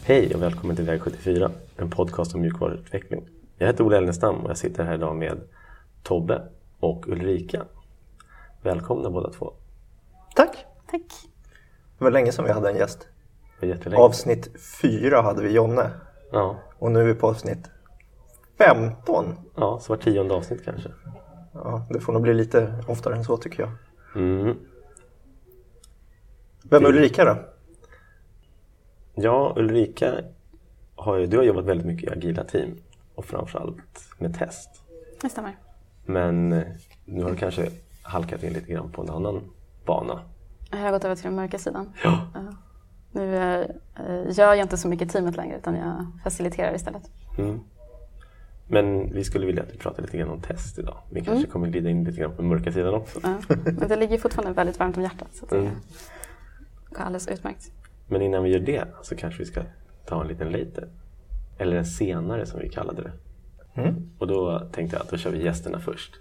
Hej och välkommen till Väg 74, en podcast om mjukvaruutveckling. Jag heter Ola Elnestam och jag sitter här idag med Tobbe och Ulrika. Välkomna båda två. Tack. Tack. Det var länge sedan vi hade en gäst. Avsnitt 4 hade vi Jonne. Ja. Och nu är vi på avsnitt 15. Ja, så var 10:e avsnitt kanske. Ja, det får nog bli lite oftare än så tycker jag. Vem är Ulrika då? Ja, Ulrika du har jobbat väldigt mycket i agila team och framförallt med test. Det stämmer. Men nu har du kanske halkat in lite grann på en annan bana. Jag har gått över till den mörka sidan. Ja. Nu gör jag inte så mycket teamet längre utan jag faciliterar istället. Men vi skulle vilja att vi pratar lite grann om test idag. Vi kanske kommer glida in lite grann på den mörka sidan också. Ja. Men det ligger fortfarande väldigt varmt om hjärtat så det går alldeles utmärkt. Men innan vi gör det så kanske vi ska ta en liten later. Eller en senare som vi kallade det. Och då tänkte jag att då kör vi gästerna först.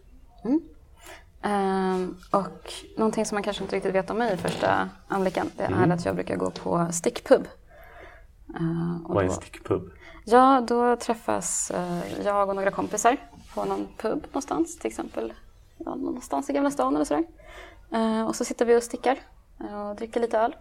Och någonting som man kanske inte riktigt vet om mig i första anblicken, det är att jag brukar gå på stickpub. Vad är en stickpub? Ja, då träffas jag och några kompisar på någon pub någonstans, till exempel någonstans i Gamla stan eller sådär. Och så sitter vi och stickar och dricker lite öl.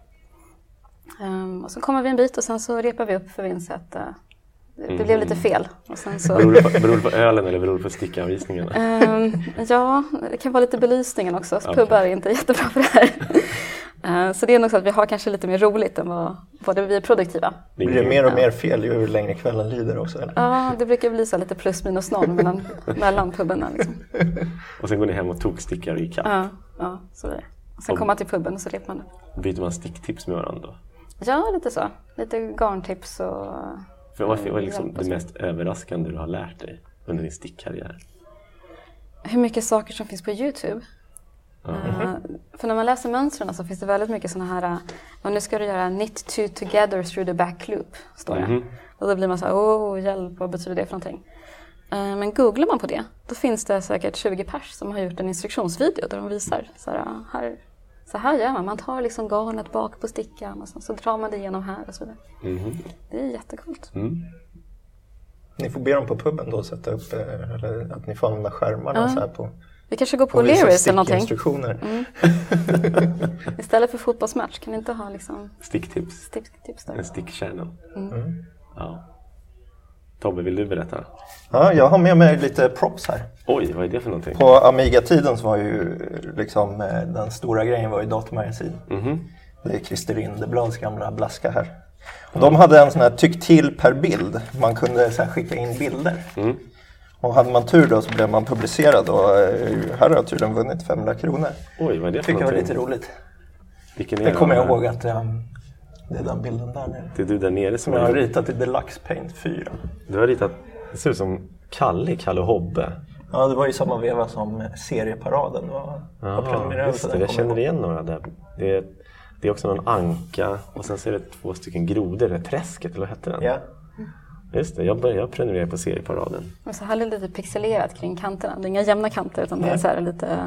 Och så kommer vi en bit och sen så repar vi upp för vi inser att det blev lite fel. Och sen så... Beror det på ölen eller beror det på stickanvisningarna? Ja, det kan vara lite belysningen också. Okay. Pubbar är inte jättebra för det här. Så det är nog så att vi har kanske lite mer roligt än vad vi är produktiva. Blir det mer och mer fel ju längre kvällen lider också? Eller? Ja, det brukar bli så lite plus minus noll mellan pubbarna. Liksom. Och sen går ni hem och tokstickar i kapp? Ja, så är det. Och sen kommer man till pubben och så repar man det. Byter man sticktips med varandra då? Ja, lite så. Lite garntips och... Vad är liksom det mest överraskande du har lärt dig under din stickkarriär? Hur mycket saker som finns på YouTube. För när man läser mönstren så finns det väldigt mycket såna här... Och nu ska du göra knit two together through the back loop, står det. Och då blir man så här, hjälp, vad betyder det för någonting? Men googlar man på det, då finns det säkert 20 pers som har gjort en instruktionsvideo där de visar så här gör man. Man tar liksom garnet bak på stickan och så drar man det igenom här och så vidare. Det är jättekult. Ni får be dem på puben då sätta upp, eller att ni får använda skärmarna så här på... Vi kanske går på Leris eller någonting. Instruktioner. Istället för fotbollsmatch kan ni inte ha liksom... Sticktips där. En stickchannel. Ja. Tobbe, vill du berätta? Ja, jag har med mig lite props här. Oj, vad är det för någonting? På Amiga-tiden så var ju liksom den stora grejen var ju datamagasin. Det är Christer Rindeblads gamla blaska här. Och de hade en sån här tyck till per bild. Man kunde så här skicka in bilder. Och hade man tur då så blev man publicerad och här har jag tydligen vunnit 500 kronor. Oj, vad är det för någonting? Tycker jag var lite roligt. Vilken är det kommer jag ihåg att det är den bilden där nere. Det är du där nere som jag har ritat i Deluxe Paint 4. Du har ritat, det ser ut som Kalle Hobbe. Ja, det var ju samma veva som serieparaden var prenumererad. Just det, jag känner igen några där. Det är också någon anka och sen så är det 2 stycken grodor, det träsket, eller vad hette den? Ja. Just det, jag prenumererar på serieparaden. Och så här är det lite pixelerat kring kanterna. Det är inga jämna kanter utan det är så här lite...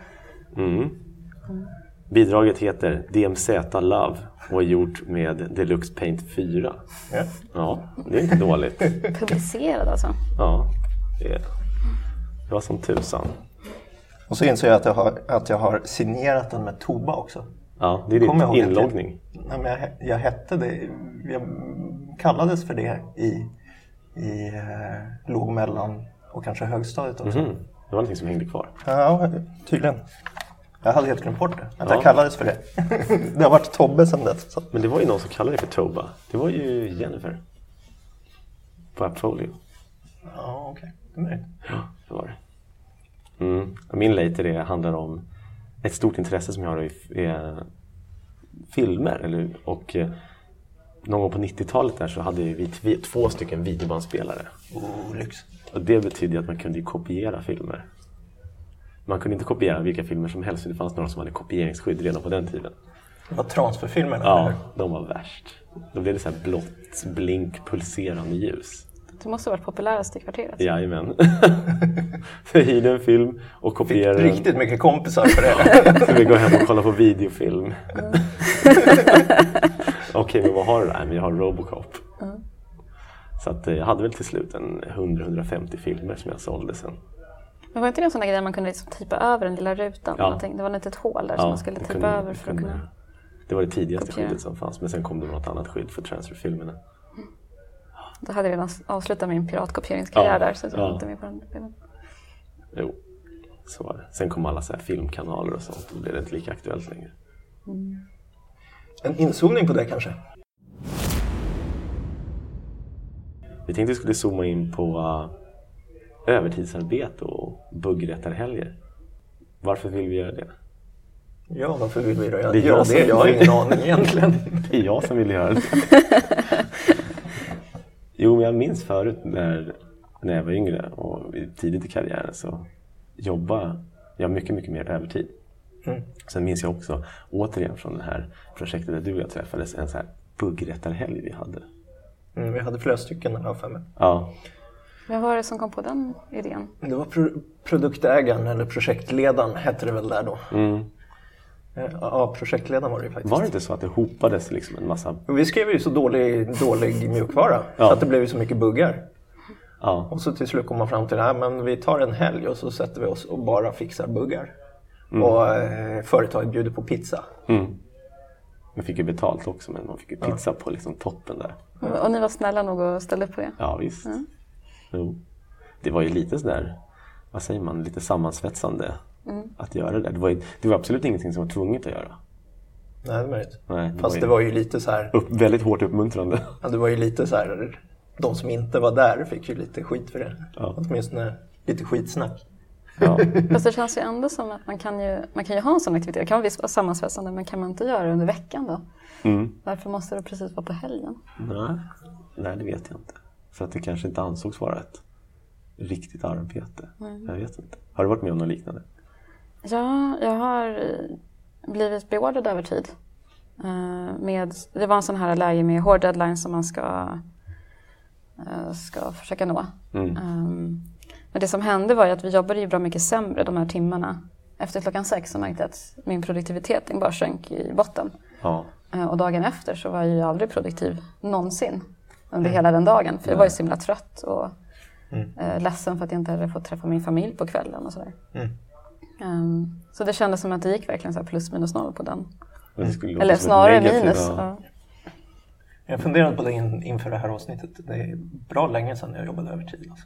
Bidraget heter DMZ Love och är gjort med Deluxe Paint 4. Ja, det är inte dåligt. Publicerad alltså. Ja, det var som tusan. Och så inser jag att jag har signerat den med Toba också. Ja, det är din inloggning. Jag hette det, jag kallades för det i låg-, mellan- och kanske högstadiet också. Det var någonting som hängde kvar. Ja, tydligen. Jag hade helt glömt bort det, att jag kallades för det. Det har varit Tobbe sedan dess. Så. Men det var ju någon som kallade det för Toba. Det var ju Jennifer. På Appfolio. Ja, okej. Det är möjligt. Ja, det var det. Min later handlar om ett stort intresse som jag har i filmer. Och någon gång på 90-talet där så hade vi 2 stycken videobandspelare. Lyx. Och det betyder att man kunde kopiera filmer. Man kunde inte kopiera vilka filmer som helst. Det fanns några som hade kopieringsskydd redan på den tiden. Det var transferfilmerna? Ja, de var värst. Då blev det så här blått, blink, pulserande ljus. Det måste ha varit populärast i kvarteret. Jajamän. Så jag hyrde en film och kopierade den. Riktigt mycket kompisar för det. Så vi går hem och kollar på videofilm. Okej, men vad har du där? Men jag har Robocop. Så att jag hade väl till slut 100-150 filmer som jag sålde sen. Men var inte det en sån där grej man kunde liksom typa över den lilla rutan? Ja. Det var ett litet hål där som man skulle typa över för att kunna... Det var det tidigaste kopiera. skyddet som fanns, men sen kom det något annat skydd för transferfilmerna. Då hade jag redan avslutat min piratkopieringskarriär där, så jag var inte med på den filmen. Jo, så var det. Sen kom alla så här filmkanaler och sånt, och då blev det inte lika aktuellt längre. En inzoomning på det kanske? Vi tänkte att vi skulle zooma in på övertidsarbete och buggrättarhelger. Varför vill vi göra det? Ja, varför vill vi göra det? Jag har ingen aning egentligen. Det är jag som vill göra det. Jo, men jag minns förut när jag var yngre och tidigt i karriären så jobbade jag mycket mer övertid. Sen minns jag också återigen från det här projektet där du och jag träffades en så här buggrättarhelg vi hade. Vi hade flera stycken här för mig. Ja. Vem var det som kom på den idén? Det var produktägaren eller projektledaren hette det väl där då. Ja, projektledaren var det faktiskt. Var det inte så att det hopades liksom en massa... Vi skrev ju så dålig mjukvara så att det blev så mycket buggar. Ja. Och så till slut kom man fram till att men vi tar en helg och så sätter vi oss och bara fixar buggar. Och företaget bjuder på pizza. Man fick ju betalt också, men man fick ju pizza på liksom toppen där. Och ni var snälla nog att ställa upp på det? Ja, visst. Jo. Det var ju lite sådär, vad säger man, lite sammansvetsande att göra det. Det var absolut ingenting som var tvunget att göra. Nej, det var inte. Nej, fast det var ju lite så här... väldigt hårt uppmuntrande. Ja, det var ju lite så här, de som inte var där fick ju lite skit för det. Ja. Åtminstone lite skitsnack. Ja. Fast det känns ju ändå som att man kan ju ha en sån aktivitet. Det kan vara visst vara sammansvetsande, men kan man inte göra det under veckan då? Varför måste det precis vara på helgen? Nej, det vet jag inte. För att det kanske inte ansågs vara ett riktigt arbete. Jag vet inte. Har du varit med om något liknande? Ja, jag har blivit beordrad över tid. Det var en sån här läge med hård deadline som man ska försöka nå. Men det som hände var ju att vi jobbade ju bra mycket sämre de här timmarna. Efter 6:00 så märkte jag att min produktivitet bara sjönk i botten. Ja. Och dagen efter så var jag ju aldrig produktiv någonsin under hela den dagen. För jag var ju så himla trött och ledsen för att jag inte hade fått träffa min familj på kvällen och sådär. Så det kändes som att det gick verkligen så här plus minus noll på den. Eller snarare minus. Ja. Jag funderade på det inför det här avsnittet. Det är bra länge sedan jag jobbade övertid. Alltså.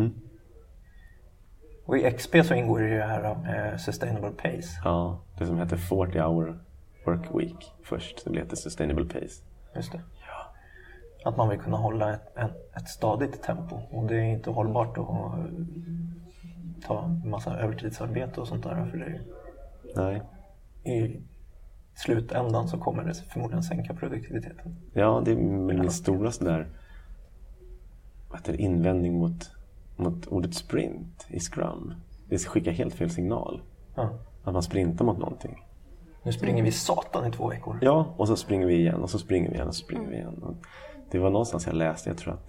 Och i XP så ingår det ju det här Sustainable Pace. Ja, det som heter 40-hour work week först. Det blir heter Sustainable Pace. Just det. Ja. Att man vill kunna hålla ett stadigt tempo. Och det är inte hållbart att ta en massa övertidsarbete och sånt där. För det Nej. I slutändan så kommer det förmodligen sänka produktiviteten. Ja, det är min stora sådär invändning mot ordet sprint i Scrum. Det skickar helt fel signal. Att man sprintar mot någonting. Nu springer vi satan i 2 veckor. Ja, och så springer vi igen och så springer vi igen och så springer vi igen. Och det var någonstans jag läste, jag tror att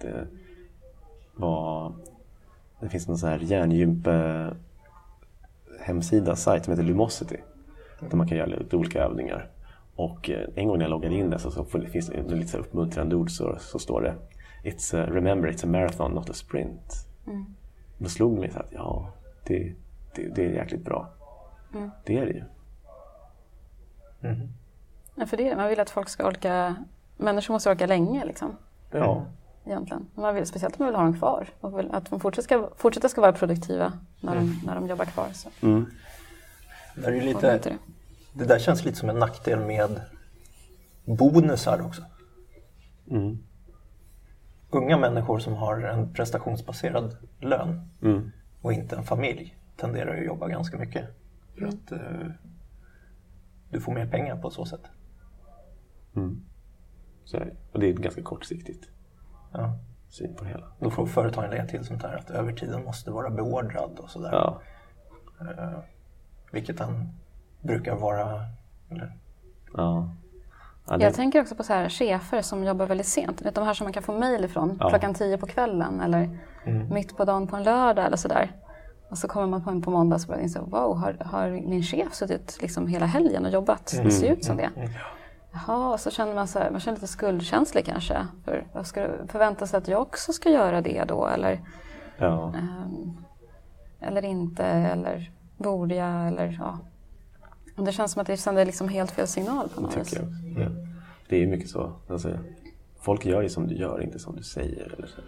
det finns någon sån här hjärngympe hemsida, sajt som heter Lumosity. Där man kan göra lite olika övningar. Och en gång när jag loggade in där så finns det lite så uppmuntrande ord så står det remember it's a marathon, not a sprint. Då slog det mig så att det är jäkligt bra. Det är det ju. Ja, för det man vill att folk ska människor måste orka länge liksom. Ja. Egentligen. Speciellt om man vill ha dem kvar. Och att de fortsätta ska vara produktiva när de jobbar kvar. Så. Det är ju lite... Det där känns lite som en nackdel med bonusar också. Unga människor som har en prestationsbaserad lön och inte en familj tenderar att jobba ganska mycket. För att du får mer pengar på så sätt. Så är det. Och det är ganska kortsiktigt. Ja. Syn på det hela. Då får företagen lägga till sånt här att övertiden måste vara beordrad och sådär. Ja. Vilket den brukar vara. Eller? Ja. Jag tänker också på så här chefer som jobbar väldigt sent. De här som man kan få mejl ifrån 10:00 på kvällen eller mitt på dagen på en lördag eller sådär. Och så kommer man på måndag och så wow, har min chef suttit liksom hela helgen och jobbat? Det ser ut som det. jaha, och så känner man man känner lite skuldkänslig kanske. För jag ska förvänta sig att jag också ska göra det då, eller eller inte, eller borde jag, eller ja. Och det känns som att det sänder liksom helt fel signal på något vis. Ja. Det är mycket så. Alltså, folk gör ju som du gör, inte som du säger. Eller så.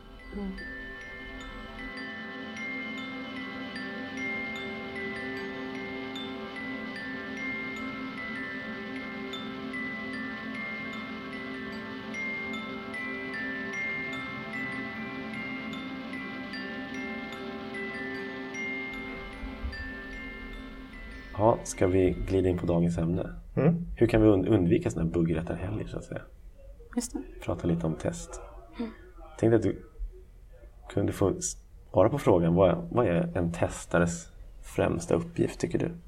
Ja, ska vi glida in på dagens ämne? Hur kan vi undvika sådana här buggrättarhelger så att säga? Just det. Prata lite om test. Jag tänkte att du kunde få svara på frågan, vad är en testares främsta uppgift tycker du?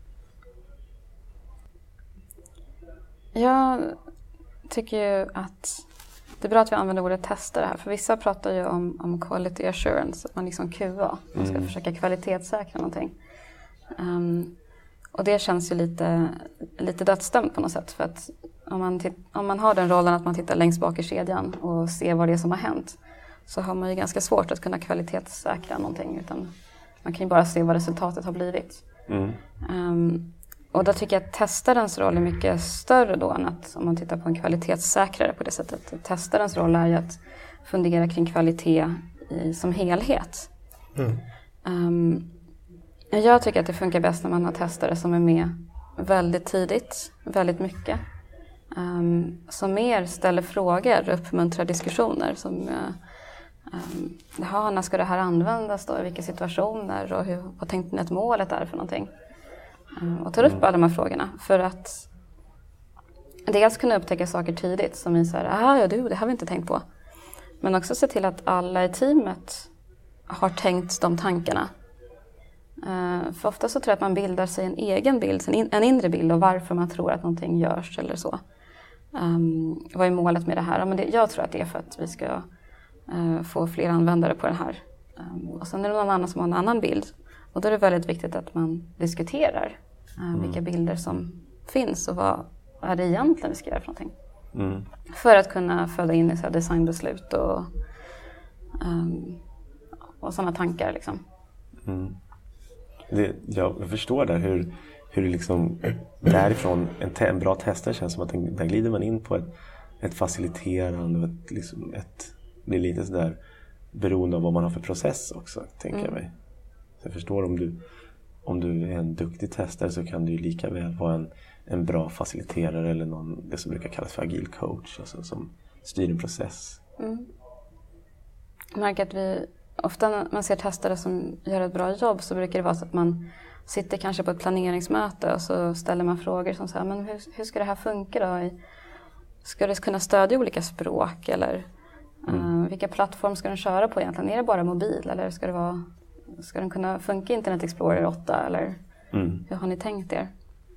Jag tycker ju att det är bra att vi använder ordet testare här. För vissa pratar ju om quality assurance, att man liksom QA. Man ska försöka kvalitetssäkra någonting. Och det känns ju lite dödsdömt på något sätt. För att om man har den rollen att man tittar längst bak i kedjan och ser vad det är som har hänt, så har man ju ganska svårt att kunna kvalitetssäkra någonting. Utan man kan ju bara se vad resultatet har blivit. Och då tycker jag att testarens roll är mycket större då än att om man tittar på en kvalitetssäkrare på det sättet. Testarens roll är ju att fundera kring kvalitet som helhet. Jag tycker att det funkar bäst när man har testare som är med väldigt tidigt, väldigt mycket. Som mer ställer frågor och uppmuntrar diskussioner. Som, när ska det här användas då? I vilka situationer? Och vad tänkte ni att målet är för någonting? Och tar upp alla de här frågorna. För att dels kunna upptäcka saker tidigt. Som är så här, det har vi inte tänkt på. Men också se till att alla i teamet har tänkt de tankarna. För ofta så tror jag att man bildar sig en egen bild, en inre bild av varför man tror att någonting görs eller så. Vad är målet med det här? Men jag tror att det är för att vi ska få fler användare på det här. Och sen är det någon annan som har en annan bild. Och då är det väldigt viktigt att man diskuterar vilka bilder som finns och vad är det egentligen vi ska göra för någonting. För att kunna föda in i så här designbeslut och sådana tankar liksom. Jag förstår där hur det liksom därifrån en bra testare känns som att där glider man in på ett faciliterande och det är lite sådär beroende av vad man har för process också, tänker jag mig. Så jag förstår om du är en duktig testare så kan du ju lika väl vara en bra faciliterare eller det som brukar kallas för agil coach, alltså som styr en process. Jag märker att ofta när man ser testare som gör ett bra jobb så brukar det vara så att man sitter kanske på ett planeringsmöte och så ställer man frågor som så här, men hur ska det här funka då? Ska det kunna stödja olika språk eller vilka plattform ska den köra på egentligen? Är det bara mobil eller ska den kunna funka i Internet Explorer 8 eller hur har ni tänkt er?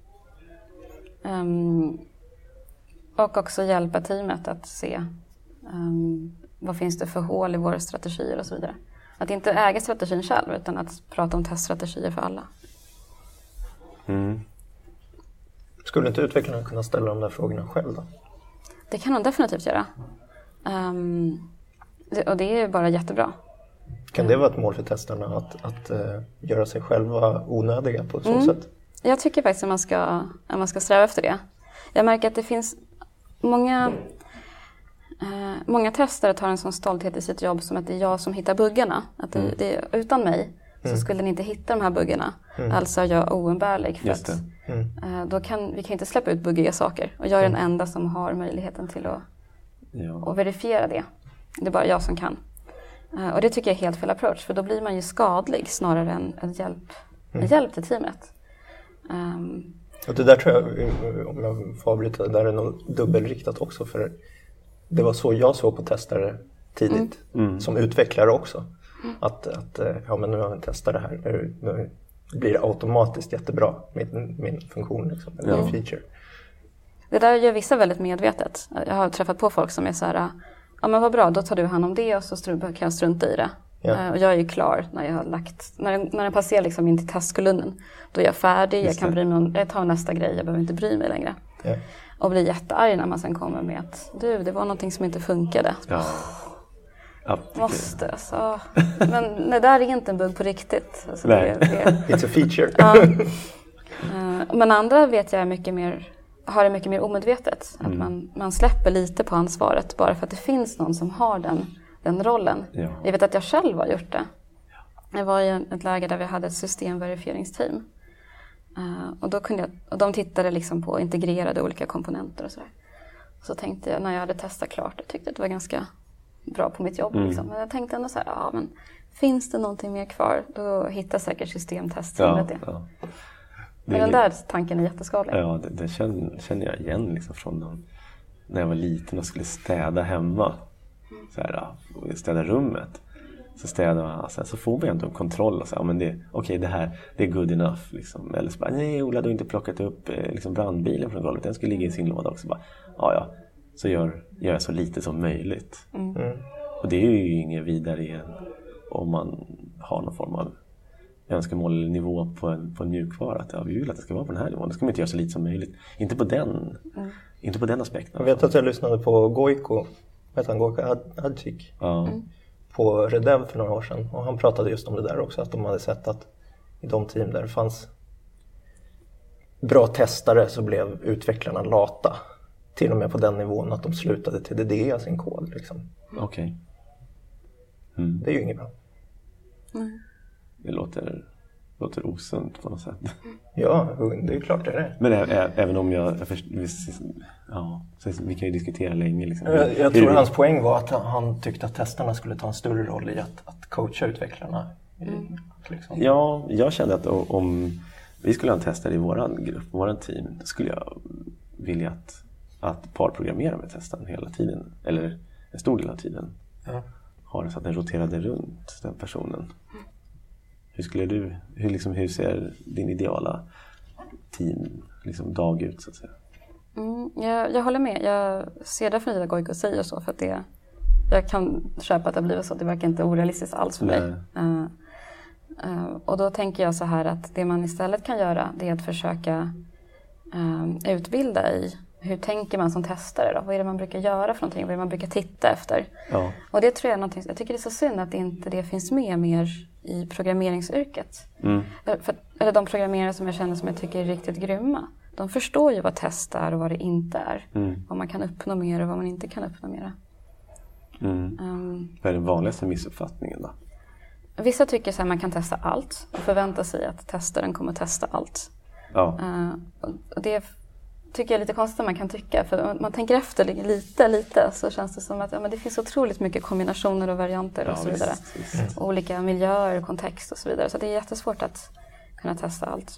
Och också hjälpa teamet att se vad finns det för hål i våra strategier och så vidare. Att inte äga strategin själv utan att prata om teststrategier för alla. Skulle inte utvecklarna kunna ställa de där frågorna själv då? Det kan de definitivt göra. Och det är bara jättebra. Kan det vara ett mål för testarna att göra sig själva onödiga på så sätt? Jag tycker faktiskt att man ska sträva efter det. Jag märker att det finns många testare tar en sån stolthet i sitt jobb som att det är jag som hittar buggarna. Att utan mig så skulle ni inte hitta de här buggarna. Alltså är jag oumbärlig. För att, vi kan inte släppa ut buggiga saker. Och jag är den enda som har möjligheten till att verifiera det. Det är bara jag som kan. Och det tycker jag är helt fel approach. För då blir man ju skadlig snarare än en hjälp till teamet. Och det där tror jag, om jag får avbryta, det där är nog dubbelriktat också. För det var så jag såg på testare tidigt. Som utvecklare också. Att men nu har vi testat det här. Nu blir det automatiskt jättebra min funktion liksom, eller min feature. Det där gör vissa väldigt medvetet. Jag har träffat på folk som är så här, ja men vad bra, då tar du hand om det och så kan jag strunta i det. Och jag är ju klar när jag har när den passerar liksom in till testkolumnen. Då är jag färdig, jag kan bry mig om, jag tar nästa grej, jag behöver inte bry mig längre. Och blir jättearg när man sen kommer med att det var någonting som inte funkade. Ja, måste, så. Men det där är inte en bugg på riktigt. Alltså It's a feature. Ja. Men andra vet jag har det mycket mer omedvetet. Att man släpper lite på ansvaret bara för att det finns någon som har den rollen. Ja. Jag vet att jag själv har gjort det. Jag var i ett läge där vi hade ett systemverifieringsteam. Och de tittade liksom på integrerade olika komponenter och sådär. Så tänkte jag när jag hade testat klart, jag tyckte att det var ganska bra på mitt jobb. Liksom. Men jag tänkte ändå så här, men finns det någonting mer kvar? Då hittar säkert systemtestteamet det. Ja. Men den där tanken är jätteskadlig. Ja, det känner jag igen liksom från när jag var liten och skulle städa hemma. Så här, städa rummet. Så städar man, så får man ändå en kontroll och så, men det här det är good enough liksom. Eller så bara, nej Ola, du har inte plockat upp liksom brandbilen från golvet, den skulle ligga i sin låda också. Bara, så gör jag så lite som möjligt. Och det är ju inget vidare om man har någon form av önskemål eller nivå på en mjukvara, att vi vill att det ska vara på den här nivån. Då ska man inte göra så lite som möjligt. Inte på den aspekten. Jag vet att jag lyssnade på Gojko Hadzik på Redev för några år sedan. Och han pratade just om det där också. Att de hade sett att i de team där det fanns bra testare så blev utvecklarna lata. Till och med på den nivån att de slutade TDD sin kod. Liksom. Okej. Det är ju inget bra. Det låter osunt på något sätt. Ja, det är ju klart det är det. Men även om vi kan ju diskutera länge. Liksom. Jag tror hans poäng var att han tyckte att testerna skulle ta en större roll i att coacha utvecklarna. Liksom. Ja, jag kände att om vi skulle ha en testare i våran grupp, våran team, då skulle jag vilja att parprogrammera med testaren hela tiden. Eller en stor del av tiden. Ja. Har så att den roterade runt den personen. Hur ser din ideala team dag ut så att säga? Jag håller med. Jag ser därför att Gojko säger så, för att jag kan köpa att det har blivit så. Det verkar inte orealistiskt alls för mig. Och då tänker jag så här att det man istället kan göra, det är att försöka utbilda i hur tänker man som testare då? Vad är det man brukar göra för någonting? Vad är det man brukar titta efter? Ja. Och det tror jag är någonting, jag tycker det är så synd att inte det finns med mer i programmeringsyrket. Eller de programmerare som jag känner som jag tycker är riktigt grymma. De förstår ju vad test är och vad det inte är. Vad man kan uppnå mer och vad man inte kan uppnå mer. Vad är den vanligaste missuppfattningen då? Vissa tycker så här, man kan testa allt och förväntar sig att testaren kommer testa allt. Ja. Och det tycker jag är lite konstigt att man kan tycka. För man tänker efter lite så känns det som att men det finns otroligt mycket kombinationer och varianter och så vidare. Visst. Och olika miljöer och kontext och så vidare. Så det är jättesvårt att kunna testa allt.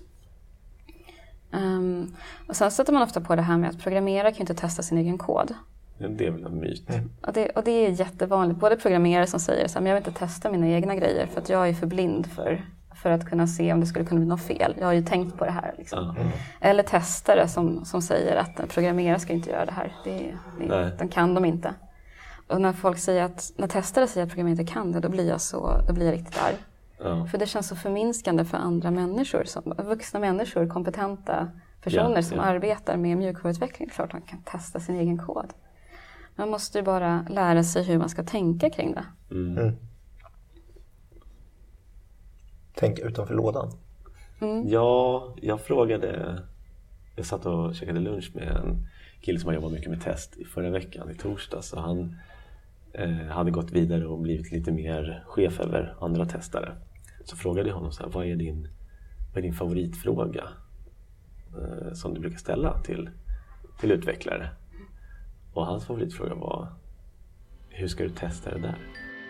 Och sen sätter man ofta på det här med att programmerare kan inte testa sin egen kod. Det är väl en myt. Och det är jättevanligt. Både programmerare som säger så här, men jag vill inte testa mina egna grejer för att jag är för blind för att kunna se om det skulle kunna bli något fel. Jag har ju tänkt på det här. Liksom. Eller testare som säger att programmerare ska inte göra det här. Den kan de inte. Och när testare säger att programmerare inte kan det, då blir jag riktigt arg. För det känns så förminskande för andra människor, vuxna människor, kompetenta personer som arbetar med mjukvaruutveckling. Klart att man kan testa sin egen kod. Man måste ju bara lära sig hur man ska tänka kring det. Tänk utanför lådan. Ja, jag satt och käkade lunch med en kille som har jobbat mycket med test i förra veckan, i torsdags. Och han hade gått vidare och blivit lite mer chef över andra testare. Så frågade jag honom så här, vad är din favoritfråga som du brukar ställa till utvecklare? Och hans favoritfråga var, hur ska du testa det där?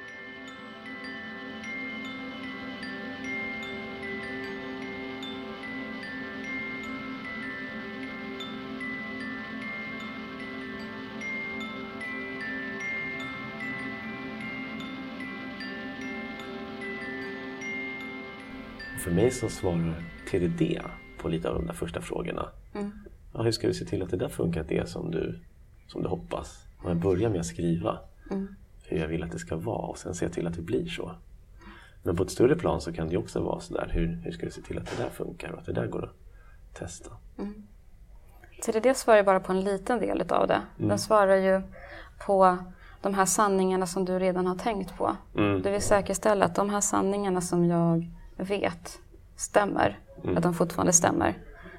För mig så svarar TDD på lite av de där första frågorna. Ja, hur ska du se till att det där funkar, att det är som du hoppas? Och jag börjar med att skriva hur jag vill att det ska vara och sen se till att det blir så. Men på ett större plan så kan det också vara så där, hur ska du se till att det där funkar och att det där går att testa? TDD svarar ju bara på en liten del av det. Den svarar ju på de här sanningarna som du redan har tänkt på. Du vill säkerställa att de här sanningarna som jag vet stämmer. Att de fortfarande stämmer.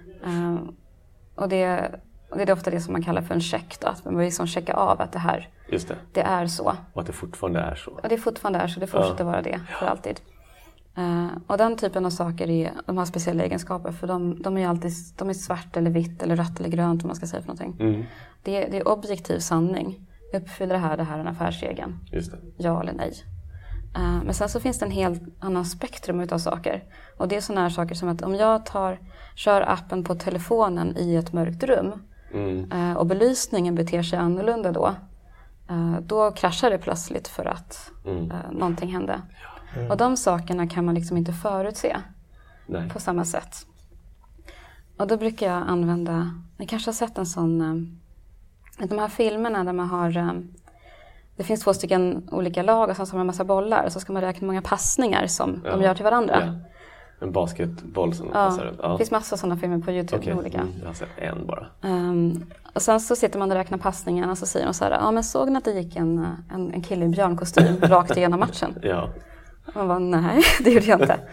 Och det är ofta det som man kallar för en check. Då, att man vill liksom checka av att det här det är så. Och att det fortfarande är så. Och det fortfarande är så. Det fortsätter vara det för alltid. Och den typen av saker de har speciella egenskaper. För de är svart eller vitt eller rött eller grönt, om man ska säga för någonting. Det är objektiv sanning. Uppfyller det här en affärsegen? Just det. Ja eller nej. Men sen så finns det en helt annan spektrum utav saker. Och det är sådana här saker som att om jag kör appen på telefonen i ett mörkt rum och belysningen beter sig annorlunda då kraschar det plötsligt för att någonting hände. Och de sakerna kan man liksom inte förutse på samma sätt. Och då brukar jag använda, ni kanske har sett en sån, de här filmerna där man har, det finns 2 stycken olika lag och sen så har man en massa bollar och så ska man räkna hur många passningar som de gör till varandra. Ja. En basketboll som passar runt. Det finns massor av sådana filmer på YouTube. Okay. Olika. Jag har sett en bara. Och sen så sitter man och räknar passningarna och så säger de så här, men såg ni att det gick en kille i björnkostym rakt igenom matchen? Ja. Och man bara, nej, det gjorde jag inte.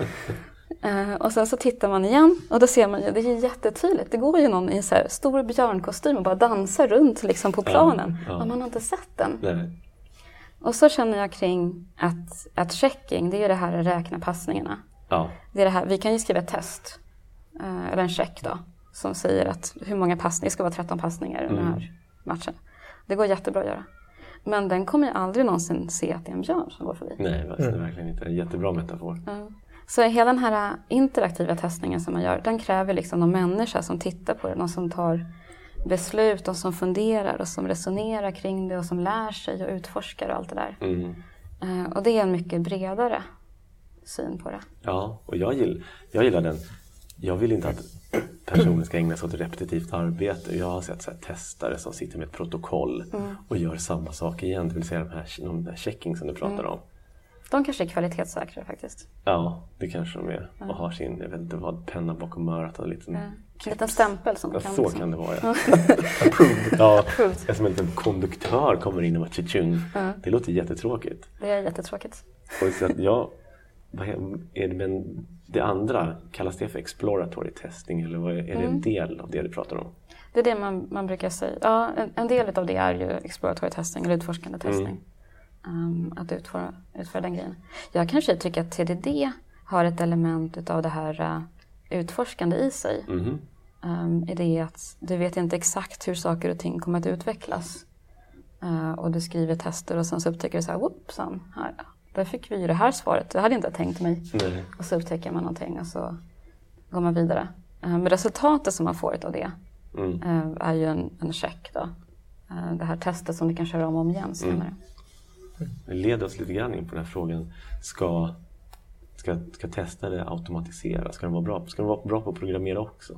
Och sen så tittar man igen och då ser man ju, det är jättetydligt. Det går ju någon i en så här stor björnkostym och bara dansar runt liksom på planen. Och man har inte sett den. Nej. Och så känner jag kring att checking, det är det här att räkna passningarna. Ja. Det är det här, vi kan ju skriva ett test, eller en check då, som säger att hur många passningar, det ska vara 13 passningar i den här matchen. Det går jättebra att göra. Men den kommer ju aldrig någonsin se att det är en björn som går förbi. Nej, det är verkligen inte en jättebra metafor. Så hela den här interaktiva testningen som man gör, den kräver liksom någon människa som tittar på det, någon som tar beslut, någon som funderar och som resonerar kring det och som lär sig och utforskar och allt det där. Och det är en mycket bredare syn på det. Ja, och jag gillar den. Jag vill inte att personen ska ägna sig åt repetitivt arbete. Jag har sett så här testare som sitter med ett protokoll och gör samma sak igen. Det vill säga de här checking som du pratar om. De kanske är kvalitetssäkrare faktiskt. Ja, det kanske de är. Och har sin, jag vet inte vad, penna bakom örat och en liten stämpel som kan. Så kan det vara, ja. Approved. Ja, som en liten konduktör kommer in och bara tjung. Det låter jättetråkigt. Det är jättetråkigt. Och så att men det andra, kallas det för exploratory testing eller är det en del av det du pratar om? Det är det man brukar säga. Ja, en del av det är ju exploratory testing eller utforskande testing. Att utföra den grejen. Jag kanske tycker att TDD har ett element av det här utforskande i sig. I det att du vet inte exakt hur saker och ting kommer att utvecklas. Och du skriver tester och sen så upptäcker du så här, whoopsan, här, där fick vi ju det här svaret. Det hade jag inte tänkt mig. Nej. Och så upptäcker man någonting och så går man vidare. Men resultatet som man får av det är ju en check då. Det här testet som du kan köra om igen senare. Det leder oss lite grann in på den här frågan. Ska testare automatisera? Ska de vara bra på att programmera också?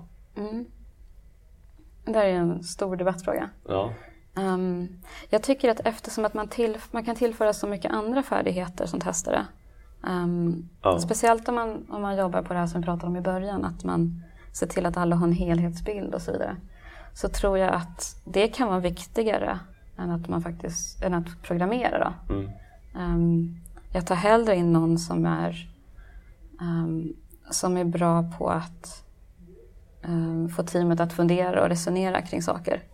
Det här är en stor debattfråga. Ja. Jag tycker att eftersom att man kan tillföra så mycket andra färdigheter som testare. Speciellt om man jobbar på det här som vi pratade om i början. Att man ser till att alla har en helhetsbild och så vidare. Så tror jag att det kan vara viktigare än att programmera då. Jag tar hellre in någon som är bra på att få teamet att fundera och resonera kring saker.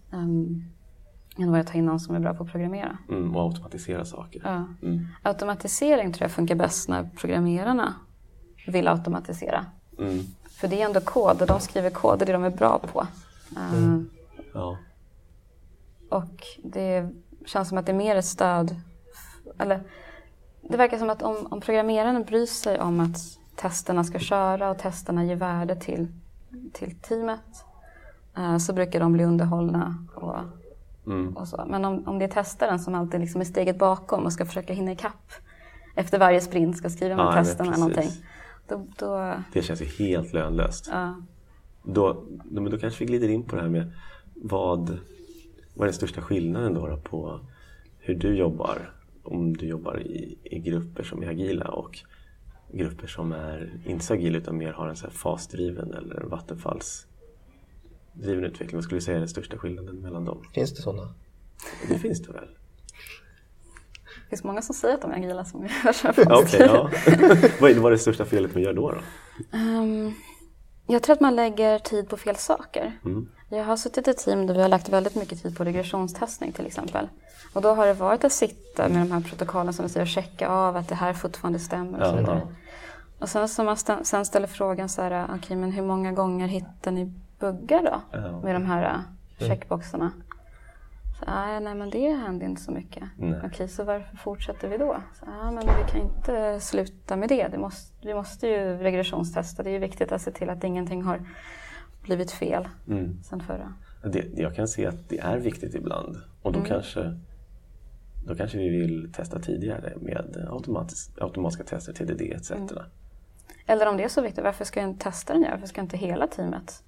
Än vad jag tar in någon som är bra på att programmera. Och automatisera saker. Ja. Automatisering tror jag funkar bäst när programmerarna vill automatisera. För det är ändå kod och de skriver kod, det är det de är bra på. Ja. Och det känns som att det är mer ett stöd. Eller det verkar som att om programmerarna bryr sig om att testerna ska köra och testerna ger värde till teamet, så brukar de bli underhållna och så. Men om det är testaren som alltid liksom är steget bakom och ska försöka hinna ikapp efter varje sprint, ska skriva med testen eller någonting. Då... Det känns ju helt lönlöst. Ja. Då kanske vi glider in på det här med vad är den största skillnaden då på hur du jobbar, om du jobbar i grupper som är agila och grupper som är inte så agila utan mer har en så här fasdriven eller en vattenfallsdriven driven utveckling. Vad skulle du säga är den största skillnaden mellan dem? Finns det sådana? Det finns det väl. Det finns många som säger att de är agila som gör så här. Okej, ja. Vad är det största felet man gör då? Jag tror att man lägger tid på fel saker. Jag har suttit i ett team där vi har lagt väldigt mycket tid på regressionstestning till exempel. Och då har det varit att sitta med de här protokollen som du säger och checka av att det här fortfarande stämmer och så vidare. Och sen så man sen ställer frågan så här, okej, men hur många gånger hittar ni buggar då med de här checkboxarna? Så, nej men det händer inte så mycket. Okej, så varför fortsätter vi då? Så, men vi kan inte sluta med det. Vi måste ju regressionstesta. Det är ju viktigt att se till att ingenting har blivit fel sen förra. Jag kan se att det är viktigt ibland. Och då kanske vi vill testa tidigare med automatiska tester, TDD etc. Eller om det är så viktigt, varför ska inte testaren göra? Varför ska inte hela teamet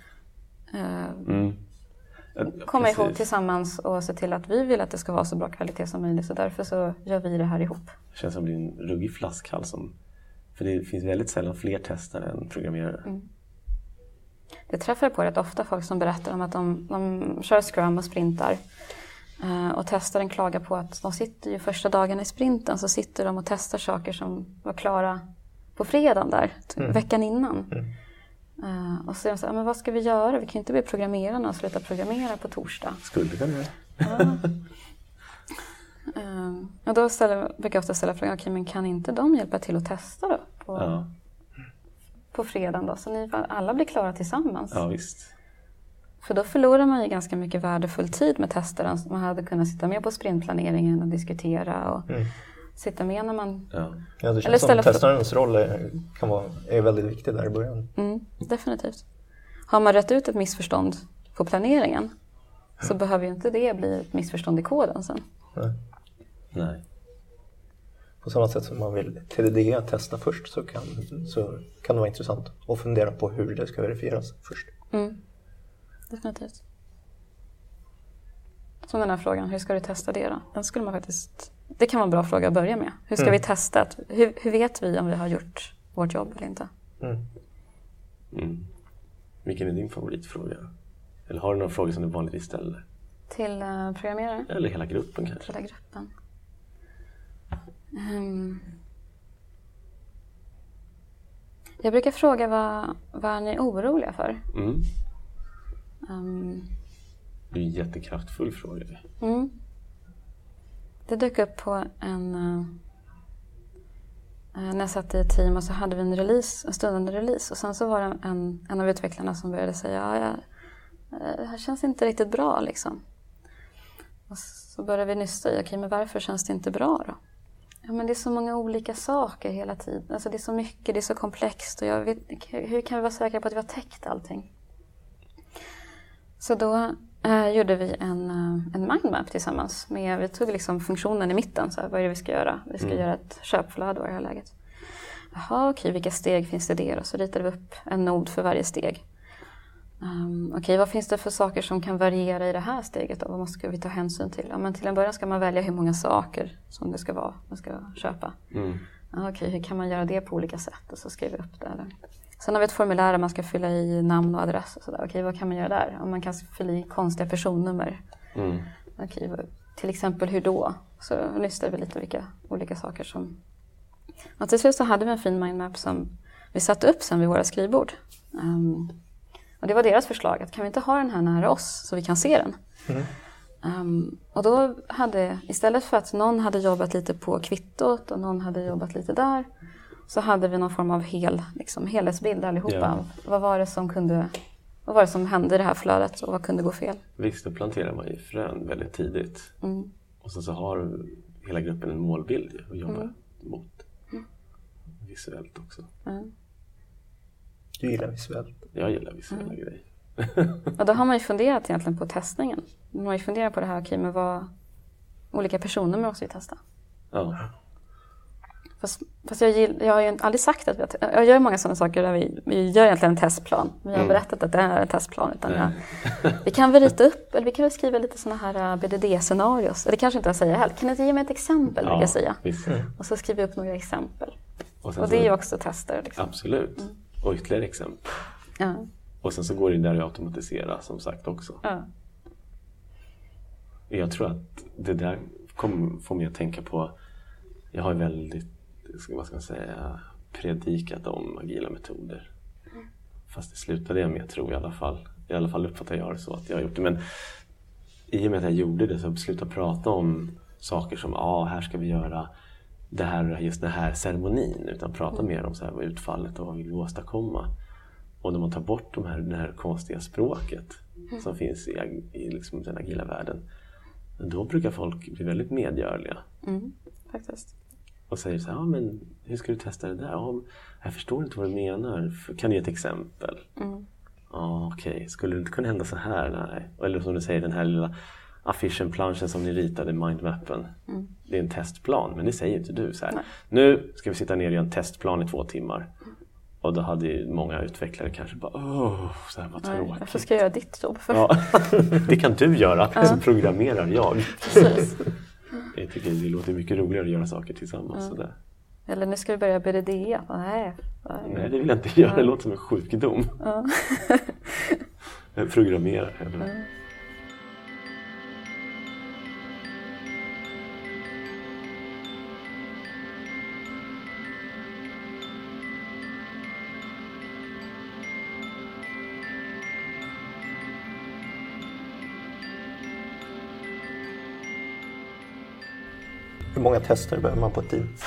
komma ihop tillsammans och se till att vi vill att det ska vara så bra kvalitet som möjligt. Så därför så gör vi det här ihop. Det känns som det är en ruggig flaskhals. För det finns väldigt sällan fler testare än programmerare. Det träffar jag på rätt ofta folk som berättar om att de kör Scrum och sprintar. Och testaren klagar på att de sitter ju första dagen i sprinten så sitter de och testar saker som var klara på fredagen där, veckan innan. Och så är de så här, men vad ska vi göra? Vi kan inte bli programmerarna och sluta programmera på torsdag. Skulle vi göra det? Och då brukar jag ofta ställa frågan, okej, men kan inte de hjälpa till att testa då på fredagen då? Så ni alla blir klara tillsammans. Ja, visst. För då förlorar man ju ganska mycket värdefull tid med testaren. Man hade kunnat sitta med på sprintplaneringen och diskutera och sitta med när man... Ja, det känns som testarens roll är väldigt viktig där i början. Definitivt. Har man rätt ut ett missförstånd på planeringen så behöver ju inte det bli ett missförstånd i koden sen. Nej. På samma sätt som man vill TDD testa först så kan det vara intressant att fundera på hur det ska verifieras först. Definitivt. Som den här frågan, hur ska du testa det då? Den skulle man faktiskt... Det kan vara en bra fråga att börja med. Hur ska vi testa? Hur vet vi om vi har gjort vårt jobb eller inte? Vilken är din favoritfråga? Eller har du några frågor som du vanligtvis ställer? Till programmerare? Eller hela gruppen kanske? Hela gruppen. Jag brukar fråga vad ni är oroliga för. Det är en jättekraftfull fråga. Det dök upp på när jag satt i ett team och så hade vi en stundande release. Och sen så var det en av utvecklarna som började säga det här känns inte riktigt bra liksom. Och så började vi nysta i, okej, men varför känns det inte bra då? Ja, men det är så många olika saker hela tiden. Alltså det är så mycket, det är så komplext. Och hur kan vi vara säkra på att vi har täckt allting? Så då gjorde vi en mindmap tillsammans. Vi tog liksom funktionen i mitten. Så här, vad är det vi ska göra? Vi ska göra ett köpflöde i det här läget. Jaha, okej, vilka steg finns det där? Och så ritade vi upp en nod för varje steg. Okej, vad finns det för saker som kan variera i det här steget? Vad måste vi ta hänsyn till? Ja, men till en början ska man välja hur många saker som det ska vara man ska köpa. Okej, hur kan man göra det på olika sätt? Och så skriver vi upp det. Eller? Sen har vi ett formulär där man ska fylla i namn och adress. Och sådär. Okej, vad kan man göra där? Om man kan fylla i konstiga personnummer. Okej, till exempel hur då? Så listade vi lite vilka olika saker som... Och till slut så hade vi en fin mindmap som vi satte upp sen vid våra skrivbord. Och det var deras förslag, att kan vi inte ha den här nära oss så vi kan se den? Och då istället för att någon hade jobbat lite på kvittot och någon hade jobbat lite där, så hade vi någon form av helhetsbild allihopa. Vad var det som hände i det här flödet och vad kunde gå fel? Visst, då planterar man ju frön väldigt tidigt. Och så har hela gruppen en målbild att jobba mot. Visuellt också. Du gillar visuellt? Jag gillar visuella grejer. Och då har man ju funderat egentligen på testningen. Man har ju funderat på det här, okej, men vad olika personer måste vi testa. Ja. Fast jag har ju aldrig sagt att jag gör många sådana saker där vi gör egentligen en testplan. Men jag har berättat att det är en testplan. Utan vi kan väl rita upp, eller vi kan väl skriva lite sådana här BDD-scenarios. Eller kanske inte jag säger heller. Kan du ge mig ett exempel? Ja, jag säga. Och så skriver vi upp några exempel. Och det är ju också tester. Liksom. Absolut. Och ytterligare exempel. Ja. Och sen så går det där att automatisera som sagt också. Ja. Jag tror att det där får mig att tänka på, jag har väldigt, vad ska man säga, predikat om agila metoder. Fast det slutade jag med, tror jag i alla fall uppfattar jag det så att jag har gjort det. Men i och med att jag gjorde det så slutade prata om saker som, här ska vi göra det här, just den här ceremonin, utan prata mer om så här, vad utfallet och vad vi vill åstadkomma. Och när man tar bort det här konstiga språket som finns i liksom den agila världen, då brukar folk bli väldigt medgörliga. Faktiskt. Och säger så här, men hur ska du testa det där? Jag förstår inte vad du menar. Kan du ge ett exempel? Okej. Skulle det inte kunna hända så här? Nej. Eller som du säger, den här lilla affischen, planschen som ni ritade, mindmappen. Det är en testplan, men det säger inte du. Så här. Nu ska vi sitta ner i en testplan i 2 timmar. Och då hade ju många utvecklare kanske bara, så här, vad tråkigt. Varför ska jag göra ditt jobb för? Ja, det kan du göra, så programmerar jag. Precis. Jag tycker det låter mycket roligare att göra saker tillsammans. Sådär. Eller nu ska vi börja BDD. Nej, det vill jag inte göra, det låter som en sjukdom. Programmera. Hur många tester behöver man på ett team?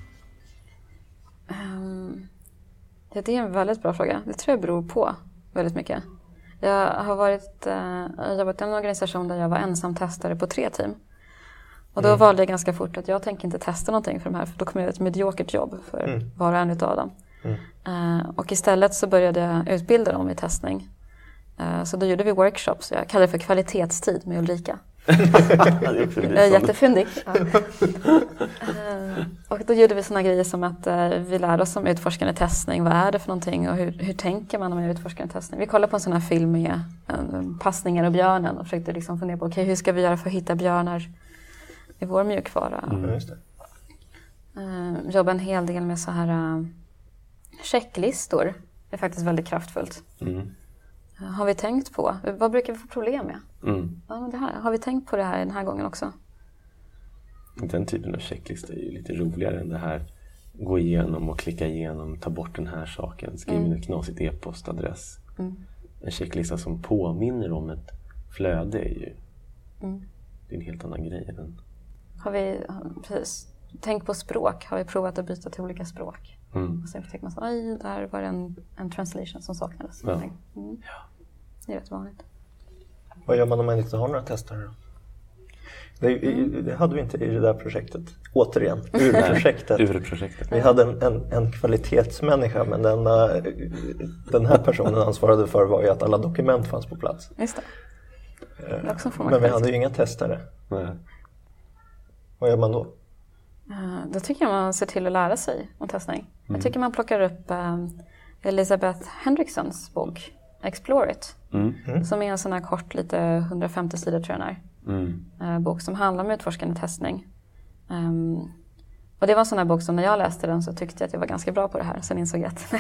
Det är en väldigt bra fråga. Det tror jag beror på väldigt mycket. Jag har jobbat i en organisation där jag var ensam testare på 3 team. Och då valde jag ganska fort att jag tänker inte testa någonting för de här, för då kommer jag göra ett mediokert jobb för var och en utav dem. Och istället så började jag utbilda dem i testning. Så då gjorde vi workshops, jag kallar det för kvalitetstid med Ulrika. Jag är jättefyndig. Och då gjorde vi såna grejer som att vi lärde oss om utforskande testning. Vad är det för någonting och hur tänker man om utforskande testning? Vi kollade på en sån här film med passningar och björnen och försökte liksom fundera på hur ska vi göra för att hitta björnar i vår mjukvara. Just det. Jobba en hel del med så här checklistor. Det är faktiskt väldigt kraftfullt. Har vi tänkt på? Vad brukar vi få problem med? Ja, men det här, har vi tänkt på det här den här gången också? Den typen av checklista är ju lite roligare än det här. Gå igenom och klicka igenom, ta bort den här saken, skriv in ett knasigt e-postadress. En checklista som påminner om ett flöde är ju det är en helt annan grej. Har vi precis tänkt på språk? Har vi provat att byta till olika språk? Och sen tänker man så, där var det en translation som saknades. Ja. Det är rätt vanligt. Vad gör man om man inte har några testare då? Det hade vi inte i det där projektet. Återigen, ur-projektet. Vi hade en kvalitetsmänniska, men den här personen ansvarade för var ju att alla dokument fanns på plats. Just det. Men vi hade ju inga testare. Nej. Vad gör man då? Då tycker jag man ser till att lära sig om testning. Jag tycker man plockar upp Elizabeth Hendricksons bok Explore It. Som är en sån här kort, lite 150 sidor tror jag den är. Bok som handlar om utforskande testning. Och det var en sån här bok som när jag läste den så tyckte jag att jag var ganska bra på det här. Sen insåg jag att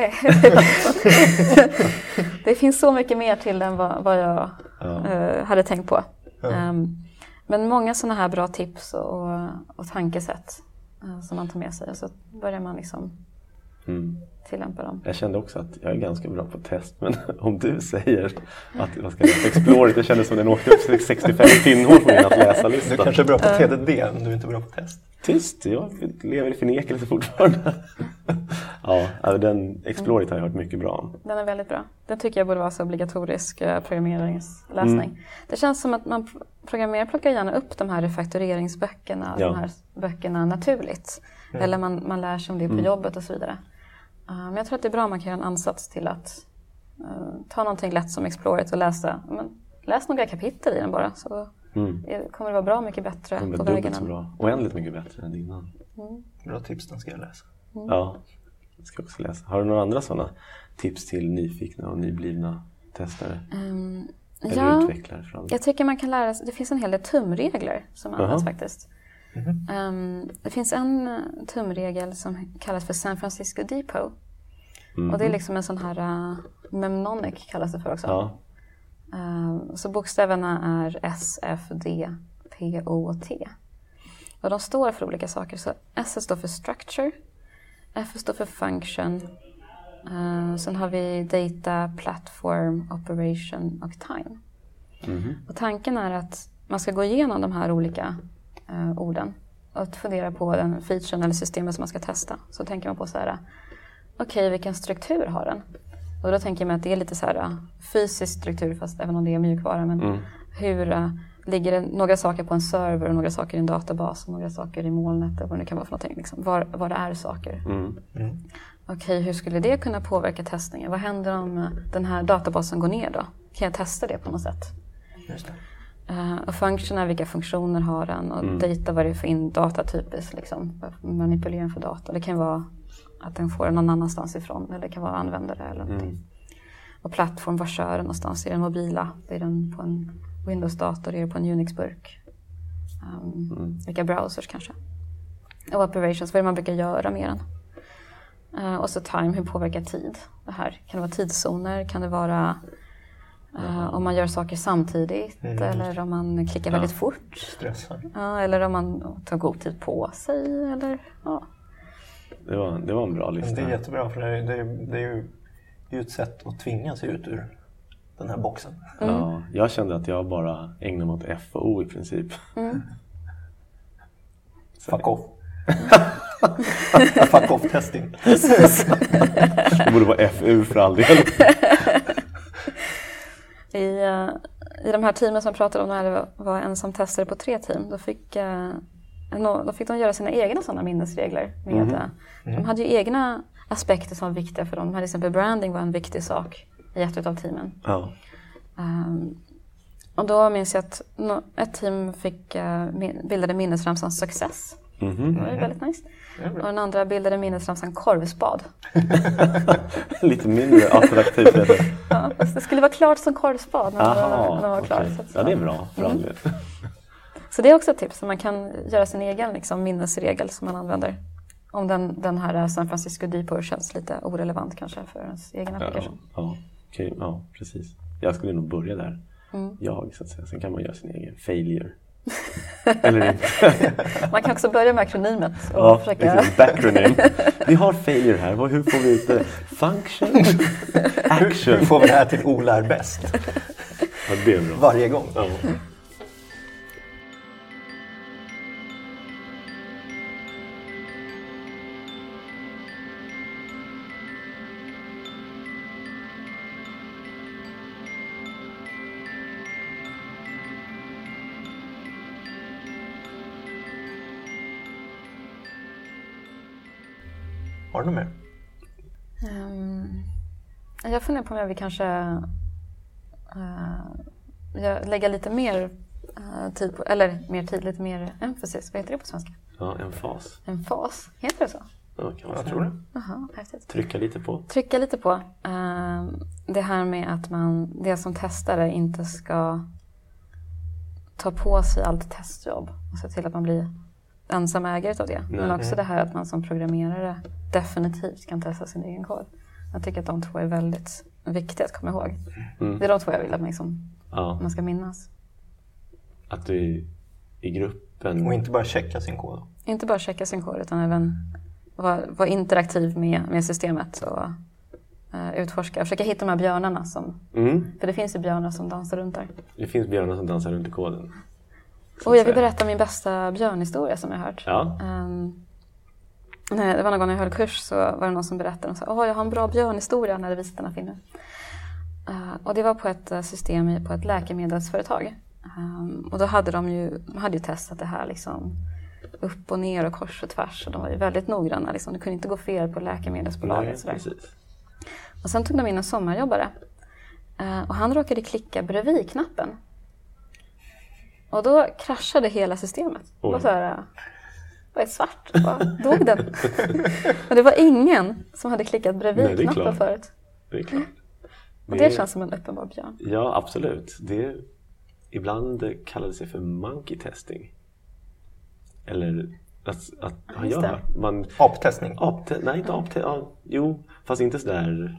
det finns så mycket mer till än vad jag hade tänkt på. Men många såna här bra tips och tankesätt som man tar med sig. Och så börjar man liksom tillämpa dem. Jag kände också att jag är ganska bra på test. Men om du säger att jag ska läsa Explore, det kändes som den åkte upp 65 pinnhål på min att läsa lista. Du kanske är bra på TDD, men du är inte bra på test. Tyst, jag lever i förnekelse fortfarande. Den Explore har jag hört mycket bra om. Den är väldigt bra. Den tycker jag borde vara så obligatorisk programmeringsläsning. Det känns som att man programmerar plockar gärna upp de här refaktoreringsböckerna, de här böckerna naturligt. Eller man lär sig om det på jobbet och så vidare. Men jag tror att det är bra om man kan göra en ansats till att ta någonting lätt som Explore It och läs några kapitel i den bara. Så kommer det vara bra mycket bättre på vägen. Oändligt mycket bättre än innan. Bra tips, den ska jag läsa. Ja, det ska jag också läsa. Har du några andra sådana tips till nyfikna och nyblivna testare? Eller utvecklare? Jag tycker man kan lära sig. Det finns en hel del tumregler som används faktiskt. Det finns en tumregel som kallas för San Francisco Depot. Och det är liksom en sån här Memnonic kallas det för också. Ja. Så bokstäverna är S, F, D, P, O och T. Och de står för olika saker. Så S står för structure, F står för function. Sen har vi data, platform, operation och time. Och tanken är att man ska gå igenom de här olika orden och fundera på den featuren eller systemet som man ska testa. Så tänker man på så här, okej, vilken struktur har den? Och då tänker man att det är lite så här fysisk struktur, fast även om det är mjukvara. Men hur ligger det några saker på en server och några saker i en databas och några saker i molnet och vad det kan vara för någonting. Liksom. Var det är saker. Okej, hur skulle det kunna påverka testningen? Vad händer om den här databasen går ner då? Kan jag testa det på något sätt? Just det. Och function är vilka funktioner har den och data, vad det är för data typiskt. Liksom. Manipulera för data. Det kan vara att den får någon annanstans ifrån eller det kan vara användare eller någonting. Och plattform, var kör den någonstans? Är den mobila? Är den på en Windows-dator? Är det på en Unix-burk? Vilka browsers kanske? Och operations, vad är det man brukar göra med den? Och så time, hur påverkar tid det här? Kan det vara tidszoner? Kan det vara om man gör saker samtidigt? Eller om man klickar väldigt fort? Stressar. Eller om man tar god tid på sig? Eller, Det var en bra lista. Det är jättebra, för det är ju ett sätt att tvinga sig ut ur den här boxen. Ja, jag kände att jag bara ägnar mig åt F och O i princip. Fuck off. Fuck off testing. Det borde vara FU för all del. I de här teamen som jag pratade om när det var ensam testare på 3 team, då fick de göra sina egna sådana minnesregler. De hade ju egna aspekter som var viktiga för dem. Till exempel branding var en viktig sak i ett av teamen. Ja. Och då minns jag att ett team bildade minnesramsan Success. Det var väldigt nice. Och den andra bildade minnesramsan Korvspad. Lite mindre attraktivt. Ja, det skulle vara klart som korvspad när man var klar. Okay. Ja, det är bra för all del. Så det är också ett tips. Man kan göra sin egen minnesregel som man använder. Om den här San Francisco Depot känns lite orelevant kanske för ens egen applikation. Ja, precis. Jag skulle nog börja där. Så att säga. Sen kan man göra sin egen failure. Eller inte. Man kan också börja med akronymet och försöka... backronym. Vi har failure här. Hur får vi ut det? Function? Action? Hur får vi det här till Ola är bäst? Ja, det är bra. Varje gång. Ja. Har du något mer? Jag funderar på om jag vill kanske lägga lite mer tid på, eller lite mer emphasis. Vad heter det på svenska? Ja, emfas. Emfas, heter det så? Ja, kan man jag tror det. Jaha, häftigt. Trycka lite på. Det här med att det som testare inte ska ta på sig allt testjobb och se till att man blir ensam ägare av det. Nej. Men också det här att man som programmerare definitivt kan testa sin egen kod. Jag tycker att de 2 är väldigt viktiga att komma ihåg. Det är de 2 jag vill att man ska minnas. Att du i gruppen... Och inte bara checka sin kod. Inte bara checka sin kod utan även vara interaktiv med systemet och utforska. Försöka hitta de här björnarna för det finns ju björnar som dansar runt där. Det finns björnar som dansar runt i koden. Och jag vill berätta min bästa björnhistoria som jag har hört. Ja. Det var någon gång när jag höll kurs så var det någon som berättade och sa, jag har en bra björnhistoria när det visade denna filmen. Och det var på ett system på ett läkemedelsföretag. Och då hade de hade ju testat det här upp och ner och kors och tvärs. Och de var ju väldigt noggranna. Det kunde inte gå fel på läkemedelsbolaget. Nej, precis. Och sen tog de in en sommarjobbare. Och han råkade klicka bredvid knappen. Och då kraschade hela systemet. Det var så här, vad är svart? Dog den? Och det var ingen som hade klickat bredvid knappen förut. Det är klart. Och det känns som en uppenbar björn. Ja, absolut. Ibland kallades det för monkey testing. Eller har jag hört? Aptestning? Nej, inte aptestning. Jo, fast inte sådär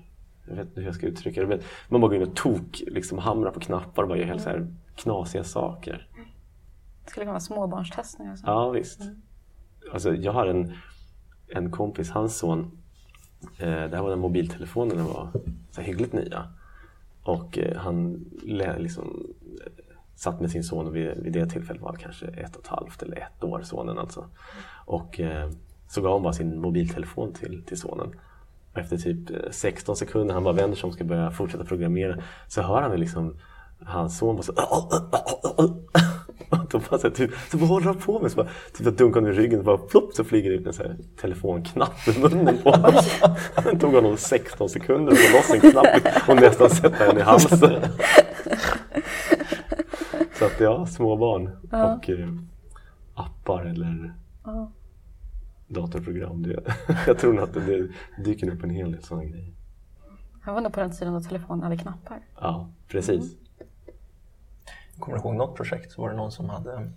jag vet inte hur jag ska uttrycka det. Man bara går in och liksom hamrar på knappar och bara gör helt så här knasiga saker. Det skulle kunna vara småbarnstestningar och så. Ja, visst. Alltså, jag har en kompis, hans son, det här var när mobiltelefonerna var så hyggligt nya. Och han liksom satt med sin son och vid det tillfället var kanske 1,5 eller 1 år, sonen alltså. Och så gav han bara sin mobiltelefon till sonen. Och efter typ 16 sekunder, han bara vänder sig om och ska börja fortsätta programmera, så hör han liksom hans son bara så och då bara så typ, så vad håller han på med? Så bara, typ att dunkar i ryggen och bara plopp, så flyger det ut en så här telefonknapp i munnen på honom. Det tog honom 16 sekunder att få loss en knapp och nästan sätta den i halsen. Så att ja, små barn och appar eller datorprogram. Jag tror att det dyker upp en hel del sådana grejer. Jag var nog på den tiden då telefonen hade knappar. Ja, precis. Jag kommer ihåg något projekt, så var det någon som hade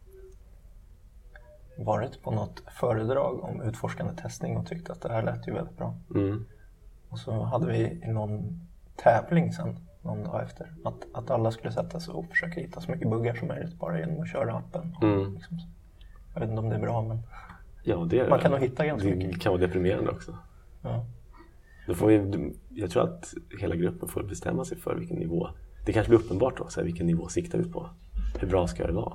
varit på något föredrag om utforskande testning och tyckte att det här lät ju väldigt bra. Och så hade vi i någon tävling sen, någon dag efter, att alla skulle sätta sig och försöka hitta så mycket buggar som möjligt bara genom att köra appen. Liksom. Jag vet inte om det är bra, men ja, det är man kan nog hitta ganska mycket. Det kan vara deprimerande också. Ja. Då får jag tror att hela gruppen får bestämma sig för vilken nivå. Det kanske blir uppenbart då, så här, vilken nivå siktar vi på. Hur bra ska det vara?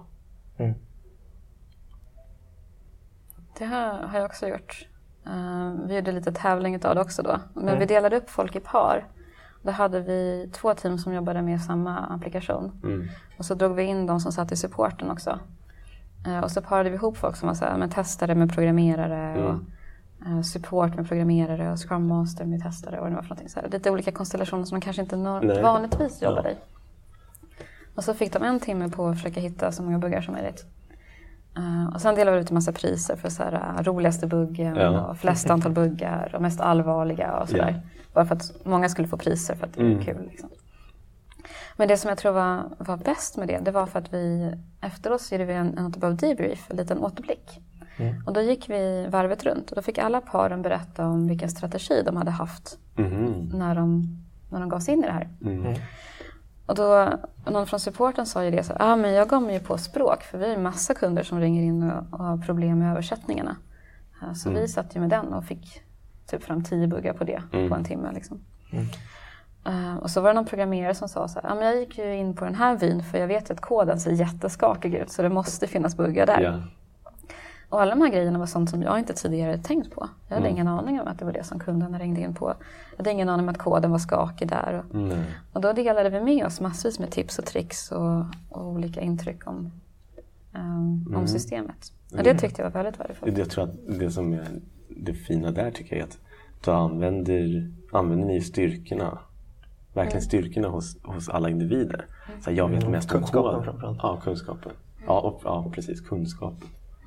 Det här har jag också gjort. Vi gjorde lite tävling av det också då. Men vi delade upp folk i par. Då hade vi 2 team som jobbade med samma applikation. Och så drog vi in de som satt i supporten också. Och så parade vi ihop folk som var så här, men testare med programmerare och support med programmerare och Scrum Master med testare och vad det var för någonting. Så här, lite olika konstellationer som man kanske inte vanligtvis jobbar i. Och så fick de 1 timme på att försöka hitta så många buggar som möjligt. Och sen delade vi ut en massa priser för så här, roligaste buggen och flest antal buggar och mest allvarliga och sådär. Bara för att många skulle få priser för att det var kul. Liksom. Men det som jag tror var bäst med det var för att vi efteråt så gjorde vi en typ av debrief, en liten återblick. Och då gick vi varvet runt och då fick alla paren berätta om vilken strategi de hade haft när de gav sig in i det här. Och då, någon från supporten sa ju det så men jag gav mig ju på språk för vi är en massa kunder som ringer in och har problem med översättningarna. Så vi satt ju med den och fick typ fram 10 buggar på det på en timme liksom. Och så var det någon programmerare som sa så här, men jag gick ju in på den här vyn för jag vet att koden ser jätteskakig ut så det måste finnas buggar där. Och alla de här grejerna var sånt som jag inte tidigare tänkt på. Jag hade ingen aning om att det var det som kunderna ringde in på. Jag hade ingen aning om att koden var skakig där. Och då delade vi med oss massvis med tips och tricks och olika intryck om systemet. Och det tyckte jag var väldigt värdefullt. Jag tror att det som är det fina där tycker jag är att du använder ni styrkorna. Verkligen styrkorna hos alla individer. Så jag vet mest om kod. Ja, kunskapen. Ja, precis. Kunskapen.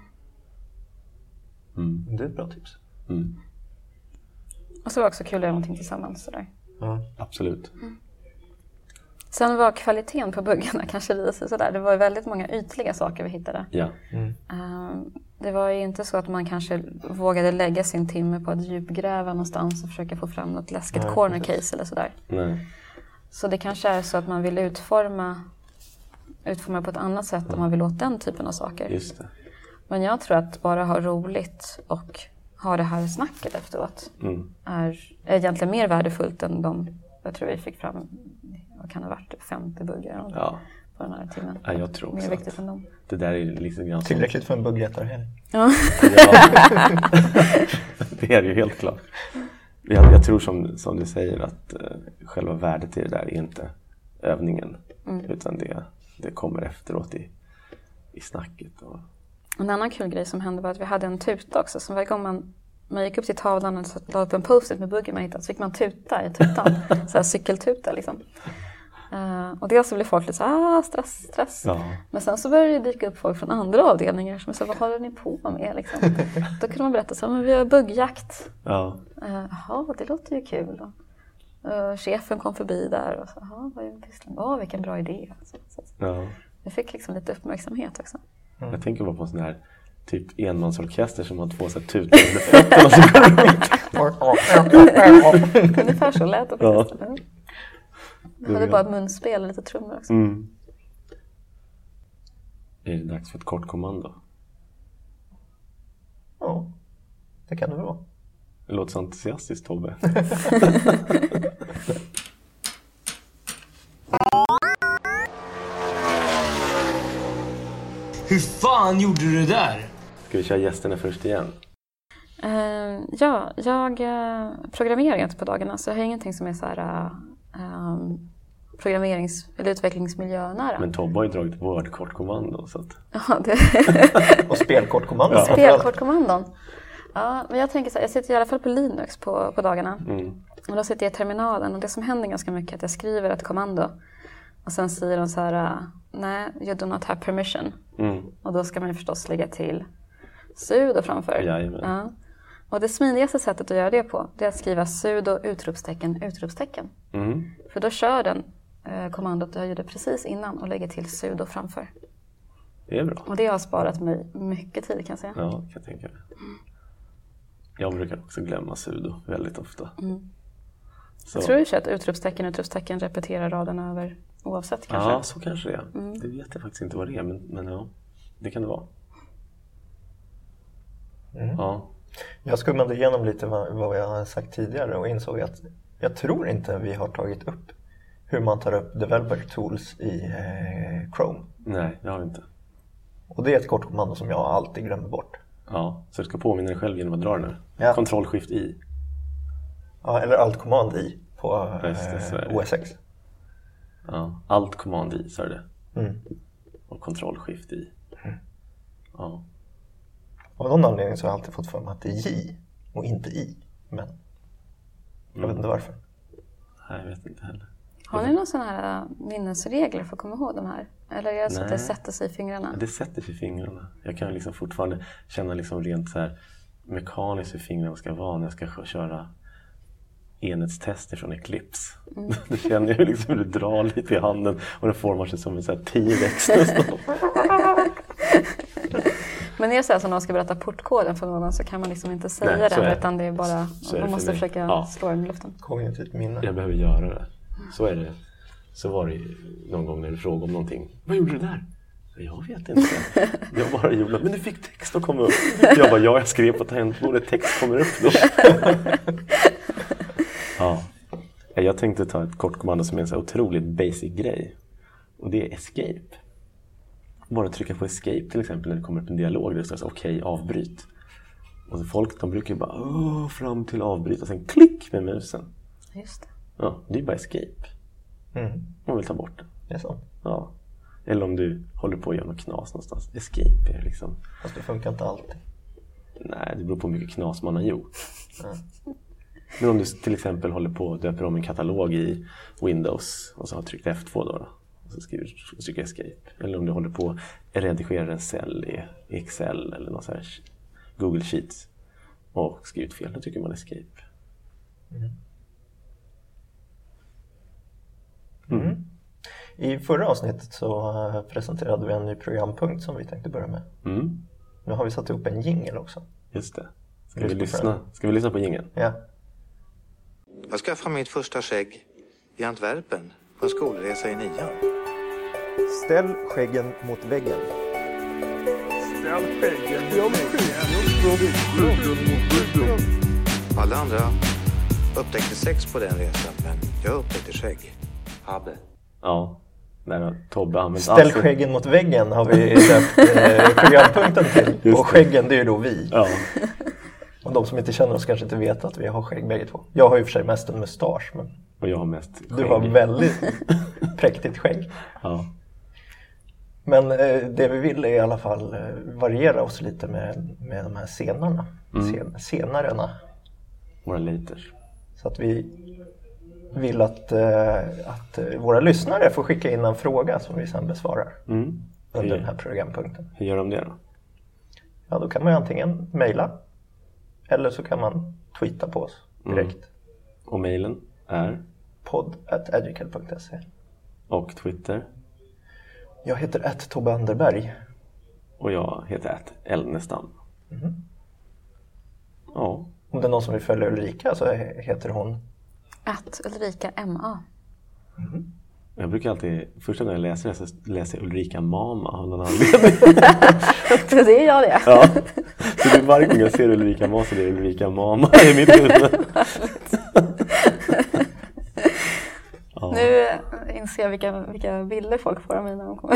Det är ett bra tips. Och så var det också kul att göra någonting tillsammans. Sådär. Absolut. Sen var kvaliteten på buggarna kanske lite sådär. Det var väldigt många ytliga saker vi hittade. Det var ju inte så att man kanske vågade lägga sin timme på att djupgräva någonstans och försöka få fram något läskigt corner case eller sådär. Så det kanske är så att man vill utforma på ett annat sätt om man vill åt den typen av saker. Just det. Men jag tror att bara ha roligt och ha det här snacket efteråt är egentligen mer värdefullt än jag tror vi fick fram, vad kan det ha varit, 50 buggar på den här timmen. Ja, jag tror också mer viktigt än dem. Det där är liksom ganska tillräckligt för en buggrättare. Ja. Det är ju helt klart. Jag tror som du säger att själva värdet i det där är inte övningen utan det kommer efteråt i snacket. Och en annan kul grej som hände var att vi hade en tuta också. Så varje gång man gick upp till tavlan och la upp en post-it med buggen man hittade så fick man tuta i tutan. Så här cykeltuta liksom. Och dels så blev folk lite så stress. Men sen så började det dyka upp folk från andra avdelningar som sa, vad håller ni på med liksom? Då kunde man berätta så, men vi har buggjakt. Jaha, det låter ju kul då. Chefen kom förbi där och sa, vilken bra idé. Så. Vi fick liksom lite uppmärksamhet också. Jag tänker bara på en sån här typ enmansorkester som har 2 så här tutor under fötterna och så går Ungefär så lät det faktiskt. Ja. Jag hade bara ett munspel och lite trummor också. Är det dags för ett kort kommando? Ja, det kan det vara. Det låter så entusiastiskt, Tobbe. Hur fan gjorde du det där? Ska vi köra gästerna först igen? Ja, jag programmerar inte på dagarna, så jag har ingenting som är så här programmerings- eller utvecklingsmiljönära. Men Tobbe har ju dragit Word-kortkommando. Så att... Ja, det... Och spelkortkommandon. Ja. Spelkortkommandon. Ja, men jag tänker så här, jag sitter i alla fall på Linux på dagarna. Och då sitter jag i terminalen och det som händer ganska mycket är att jag skriver ett kommando. Och sen säger de så här, nej, you do not have permission. Och då ska man ju förstås lägga till sudo framför. Ja. Och det smidigaste sättet att göra det på, det är att skriva sudo utropstecken. För då kör den kommandot jag gjorde precis innan och lägger till sudo framför. Det är bra. Och det har sparat mig mycket tid, kan jag säga. Ja, kan jag tänka mig. Jag brukar också glömma sudo väldigt ofta. Så. Jag tror ju att utropstecken repeterar raden över oavsett kanske. Ja, så kanske det är. Det vet jag faktiskt inte vad det är, men ja, det kan det vara. Ja. Jag skummade igenom lite vad jag har sagt tidigare och insåg att jag tror inte vi har tagit upp hur man tar upp developer tools i Chrome. Nej, det har vi inte. Och det är ett kortkommando som jag alltid glömmer bort. Ja, så du ska påminna dig själv genom att dra den här. Ja. Ctrl-Shift-I. Ja, eller Alt-Command-I på OS X. Ja, Alt-Command-I, så är det. Och Ctrl-Shift-I. Ja. Av någon anledning så har jag alltid fått för mig att det är J och inte I. Men jag vet inte varför. Nej, jag vet inte heller. Har ni någon sån här minnesregler för att komma ihåg de här? Eller är det så att det sätter sig i fingrarna? Det sätter sig i fingrarna. Jag kan liksom fortfarande känna liksom rent så här mekaniskt hur fingrarna ska vara när jag ska köra enhetstester från Eclipse. Då känner jag liksom hur det drar lite i handen och det formar sig som en sån här T-rex nästan. Men är det så här som när man ska berätta portkoden för någon så kan man liksom inte säga den utan det är bara, man måste försöka slå den i luften. Kognitivt minne. Jag behöver göra det. Så är det. Så var det någon gång när du frågade om någonting. Vad gjorde du där? Jag vet inte. Jag bara gjorde, men du fick text att komma upp. Jag bara, jag skrev på tangentbordet, text kommer upp då. Ja. Jag tänkte ta ett kort kommando som är en så otroligt basic grej. Och det är escape. Bara trycka på escape till exempel när det kommer upp en dialog där det står så okej, avbryt. Och så folk, de brukar ju bara fram till avbryt och sen klick med musen. Just det. Ja, det är bara escape. Man vill ta bort det. Det är så. Ja. Eller om du håller på att göra något knas någonstans. Escape är liksom... Fast det funkar inte alltid. Nej, det beror på hur mycket knas man har gjort. Men om du till exempel håller på att döpa om en katalog i Windows och så har tryckt F2 då. Och så trycker escape. Eller om du håller på att redigera en cell i Excel eller något så här Google Sheets och skrivit fel, då tycker man escape. I förra avsnittet så presenterade vi en ny programpunkt som vi tänkte börja med. Nu har vi satt upp en jingle också. Just det. Ska vi lyssna på jingeln? Ja. Jag skaffade mitt första skägg i Antwerpen på en skolresa i 9. Ställ skäggen mot väggen. Ställ skäggen mot väggen. Alla andra upptäckte sex på den resan, men jag upptäckte skägg. Hade. Ja. Nej, Tobbe använt Ställ skäggen mot väggen har vi döpt programpunkten till. Just och skäggen, det är ju då vi. Ja. Och de som inte känner oss kanske inte vet att vi har skägg bägge två. Jag har ju för sig mest en mustasch, men Och jag har mest skägg. Du har väldigt präktigt skägg. Ja. Men det vi vill är i alla fall variera oss lite med de här scenarna. Scenarerna. Våra laters. Så att vi vill att våra lyssnare får skicka in en fråga som vi sedan besvarar under den här programpunkten. Hur gör de det då? Ja, då kan man antingen mejla eller så kan man tweeta på oss direkt. Och mejlen är? podd@educal.se. Och Twitter? Jag heter @Tobbe Anderberg. Och jag heter @Elnestam. Ja. Om det är någon som vill följa Ulrika så heter hon? @Ulrika MA. Jag brukar alltid, första gången jag läser det så läser jag Ulrika Mama av någon anledning. Så det är jag det. Ja. Så det är varje gång jag ser Ulrika Mama så det är Ulrika Mama i mitt huvud. Ja. Nu inser jag vilka bilder folk får av mig när de kommer.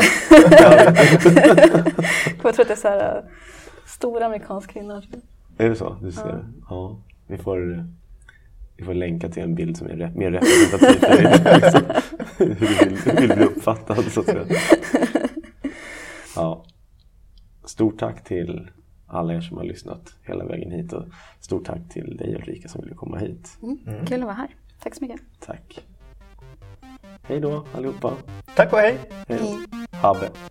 Jag tror att det är så här stora amerikanska kvinnor. Är det så? Du ser. Ja. Vi får länka till en bild som är mer representativ för dig. Liksom. Hur du vill bli uppfattad så att säga. Ja. Stort tack till alla er som har lyssnat hela vägen hit och stort tack till dig Ulrika som ville komma hit. Kul att vara här. Tack så mycket. Tack. Hej då allihopa. Tack och hej. Hej. Habbe.